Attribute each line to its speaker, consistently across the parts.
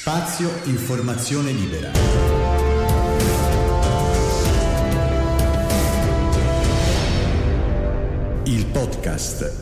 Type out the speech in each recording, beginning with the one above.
Speaker 1: Spazio Informazione Libera. Il podcast.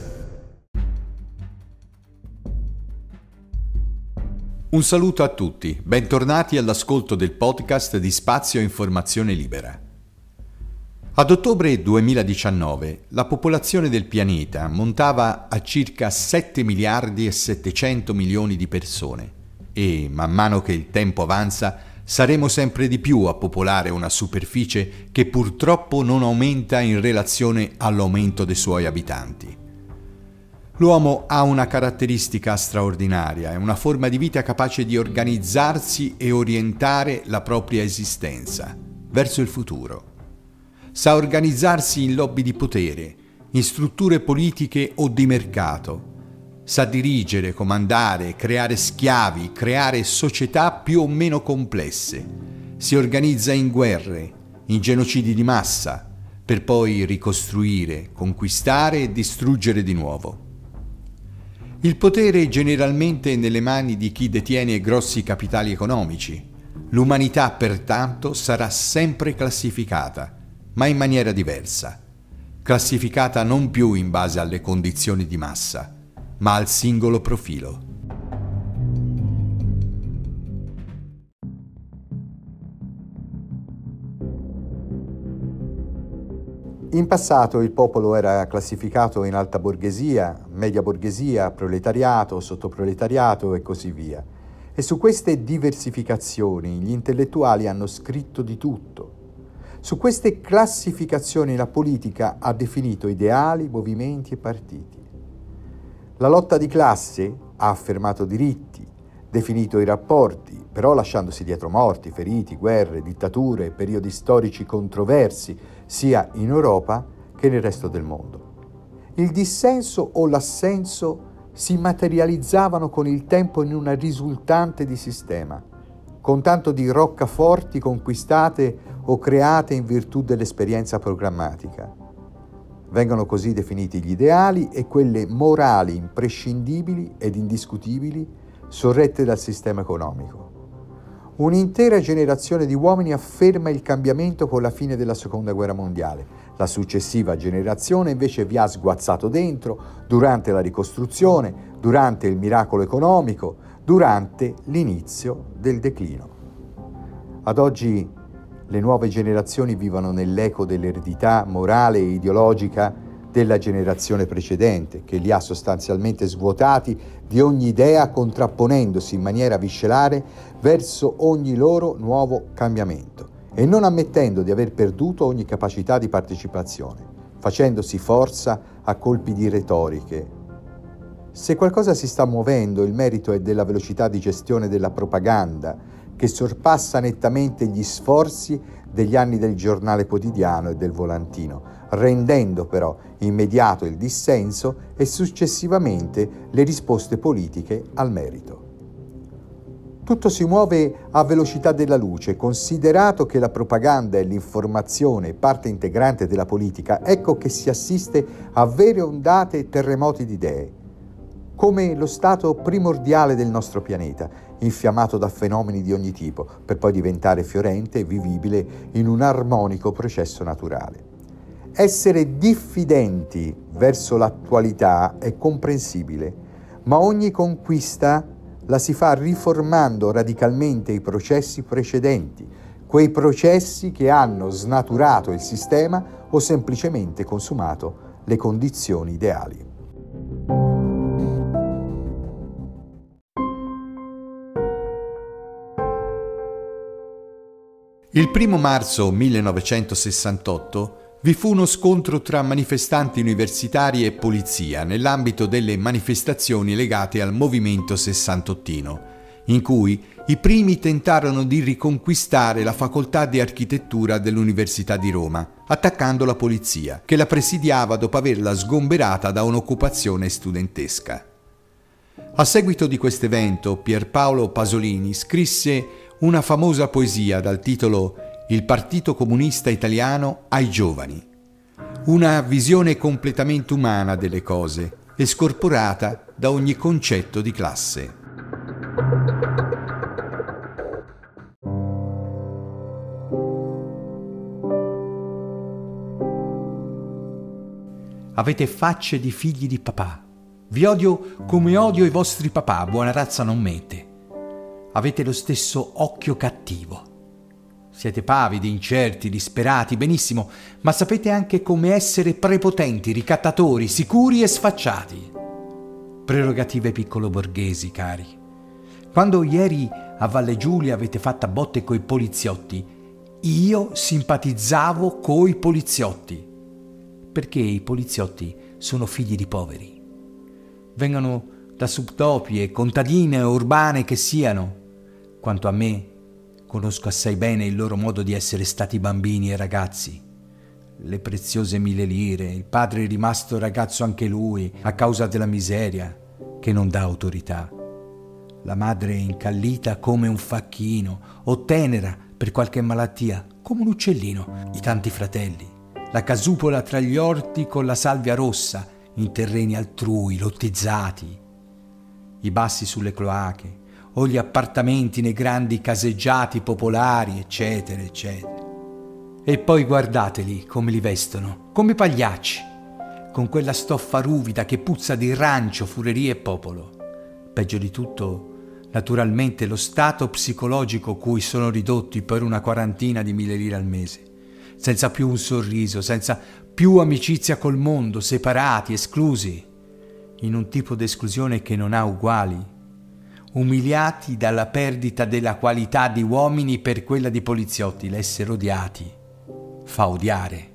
Speaker 2: Un saluto a tutti, bentornati all'ascolto del podcast di Spazio Informazione Libera. Ad ottobre 2019 la popolazione del pianeta montava a circa 7 miliardi e 700 milioni di persone e, man mano che il tempo avanza, saremo sempre di più a popolare una superficie che purtroppo non aumenta in relazione all'aumento dei suoi abitanti. L'uomo ha una caratteristica straordinaria, è una forma di vita capace di organizzarsi e orientare la propria esistenza verso il futuro. Sa organizzarsi in lobby di potere, in strutture politiche o di mercato. Sa dirigere, comandare, creare schiavi, creare società più o meno complesse. Si organizza in guerre, in genocidi di massa, per poi ricostruire, conquistare e distruggere di nuovo. Il potere generalmente è nelle mani di chi detiene grossi capitali economici. L'umanità, pertanto, sarà sempre classificata, ma in maniera diversa. Classificata non più in base alle condizioni di massa, ma al singolo profilo.
Speaker 3: In passato il popolo era classificato in alta borghesia, media borghesia, proletariato, sottoproletariato e così via. E su queste diversificazioni gli intellettuali hanno scritto di tutto. Su queste classificazioni la politica ha definito ideali, movimenti e partiti. La lotta di classe ha affermato diritti, definito i rapporti, però lasciandosi dietro morti, feriti, guerre, dittature e periodi storici controversi, sia in Europa che nel resto del mondo. Il dissenso o l'assenso si materializzavano con il tempo in una risultante di sistema, con tanto di roccaforti conquistate o create in virtù dell'esperienza programmatica. Vengono così definiti gli ideali e quelle morali imprescindibili ed indiscutibili sorrette dal sistema economico. Un'intera generazione di uomini afferma il cambiamento con la fine della Seconda Guerra Mondiale. La successiva generazione invece vi ha sguazzato dentro durante la ricostruzione, durante il miracolo economico, durante l'inizio del declino. Ad oggi le nuove generazioni vivono nell'eco dell'eredità morale e ideologica della generazione precedente, che li ha sostanzialmente svuotati di ogni idea, contrapponendosi in maniera viscerale verso ogni loro nuovo cambiamento e non ammettendo di aver perduto ogni capacità di partecipazione, facendosi forza a colpi di retoriche. Se qualcosa si sta muovendo, il merito è della velocità di gestione della propaganda, che sorpassa nettamente gli sforzi degli anni del giornale quotidiano e del volantino, rendendo però immediato il dissenso e successivamente le risposte politiche al merito. Tutto si muove a velocità della luce, considerato che la propaganda e l'informazione parte integrante della politica, ecco che si assiste a vere ondate e terremoti di idee, come lo stato primordiale del nostro pianeta, infiammato da fenomeni di ogni tipo, per poi diventare fiorente e vivibile in un armonico processo naturale. Essere diffidenti verso l'attualità è comprensibile, ma ogni conquista la si fa riformando radicalmente i processi precedenti, quei processi che hanno snaturato il sistema o semplicemente consumato le condizioni ideali.
Speaker 2: Il 1 marzo 1968 vi fu uno scontro tra manifestanti universitari e polizia nell'ambito delle manifestazioni legate al movimento sessantottino, in cui i primi tentarono di riconquistare la facoltà di architettura dell'Università di Roma, attaccando la polizia, che la presidiava dopo averla sgomberata da un'occupazione studentesca. A seguito di questo evento, Pierpaolo Pasolini scrisse una famosa poesia dal titolo Il Partito Comunista Italiano ai giovani. Una visione completamente umana delle cose e scorporata da ogni concetto di classe. Avete facce di figli di papà. Vi odio come odio i vostri papà, buona razza non mente. Avete lo stesso occhio cattivo. Siete pavidi, incerti, disperati, benissimo, ma sapete anche come essere prepotenti, ricattatori, sicuri e sfacciati. Prerogative piccolo borghesi, cari. Quando ieri a Valle Giulia avete fatto a botte coi poliziotti, io simpatizzavo coi poliziotti, perché i poliziotti sono figli di poveri. Vengono da subtopie, contadine o urbane che siano. Quanto a me, conosco assai bene il loro modo di essere stati bambini e ragazzi. Le preziose 1000 lire, il padre è rimasto ragazzo anche lui, a causa della miseria, che non dà autorità. La madre è incallita come un facchino, o tenera per qualche malattia, come un uccellino. I tanti fratelli, la casupola tra gli orti con la salvia rossa, in terreni altrui, lottizzati, i bassi sulle cloache, o gli appartamenti nei grandi caseggiati popolari, eccetera, eccetera. E poi guardateli come li vestono, come pagliacci, con quella stoffa ruvida che puzza di rancio, fureria e popolo. Peggio di tutto, naturalmente, lo stato psicologico cui sono ridotti per una quarantina di 1000 lire al mese, senza più un sorriso, senza più amicizia col mondo, separati, esclusi, in un tipo di esclusione che non ha uguali, umiliati dalla perdita della qualità di uomini per quella di poliziotti. L'essere odiati fa odiare.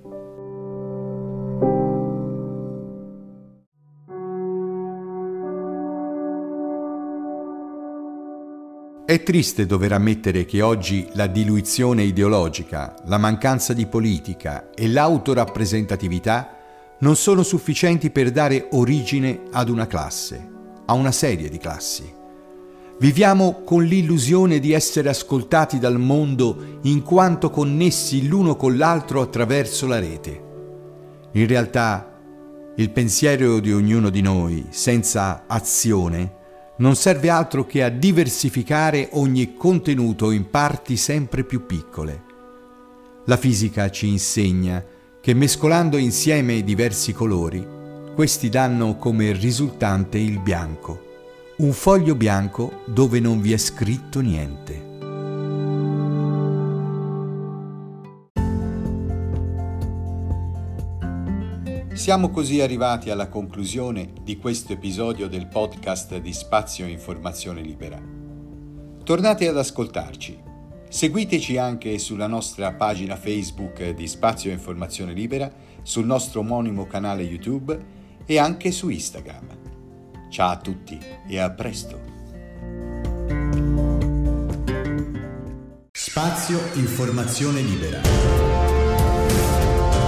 Speaker 2: È triste dover ammettere che oggi la diluizione ideologica, la mancanza di politica e l'autorappresentatività non sono sufficienti per dare origine ad una classe, a una serie di classi. Viviamo con l'illusione di essere ascoltati dal mondo in quanto connessi l'uno con l'altro attraverso la rete. In realtà, il pensiero di ognuno di noi, senza azione, non serve altro che a diversificare ogni contenuto in parti sempre più piccole. La fisica ci insegna che mescolando insieme diversi colori, questi danno come risultante il bianco, un foglio bianco dove non vi è scritto niente. Siamo così arrivati alla conclusione di questo episodio del podcast di Spazio Informazione Libera. Tornate ad ascoltarci. Seguiteci anche sulla nostra pagina Facebook di Spazio Informazione Libera, sul nostro omonimo canale YouTube e anche su Instagram. Ciao a tutti e a presto.
Speaker 1: Spazio Informazione Libera.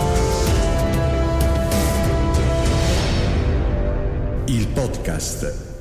Speaker 1: Il podcast.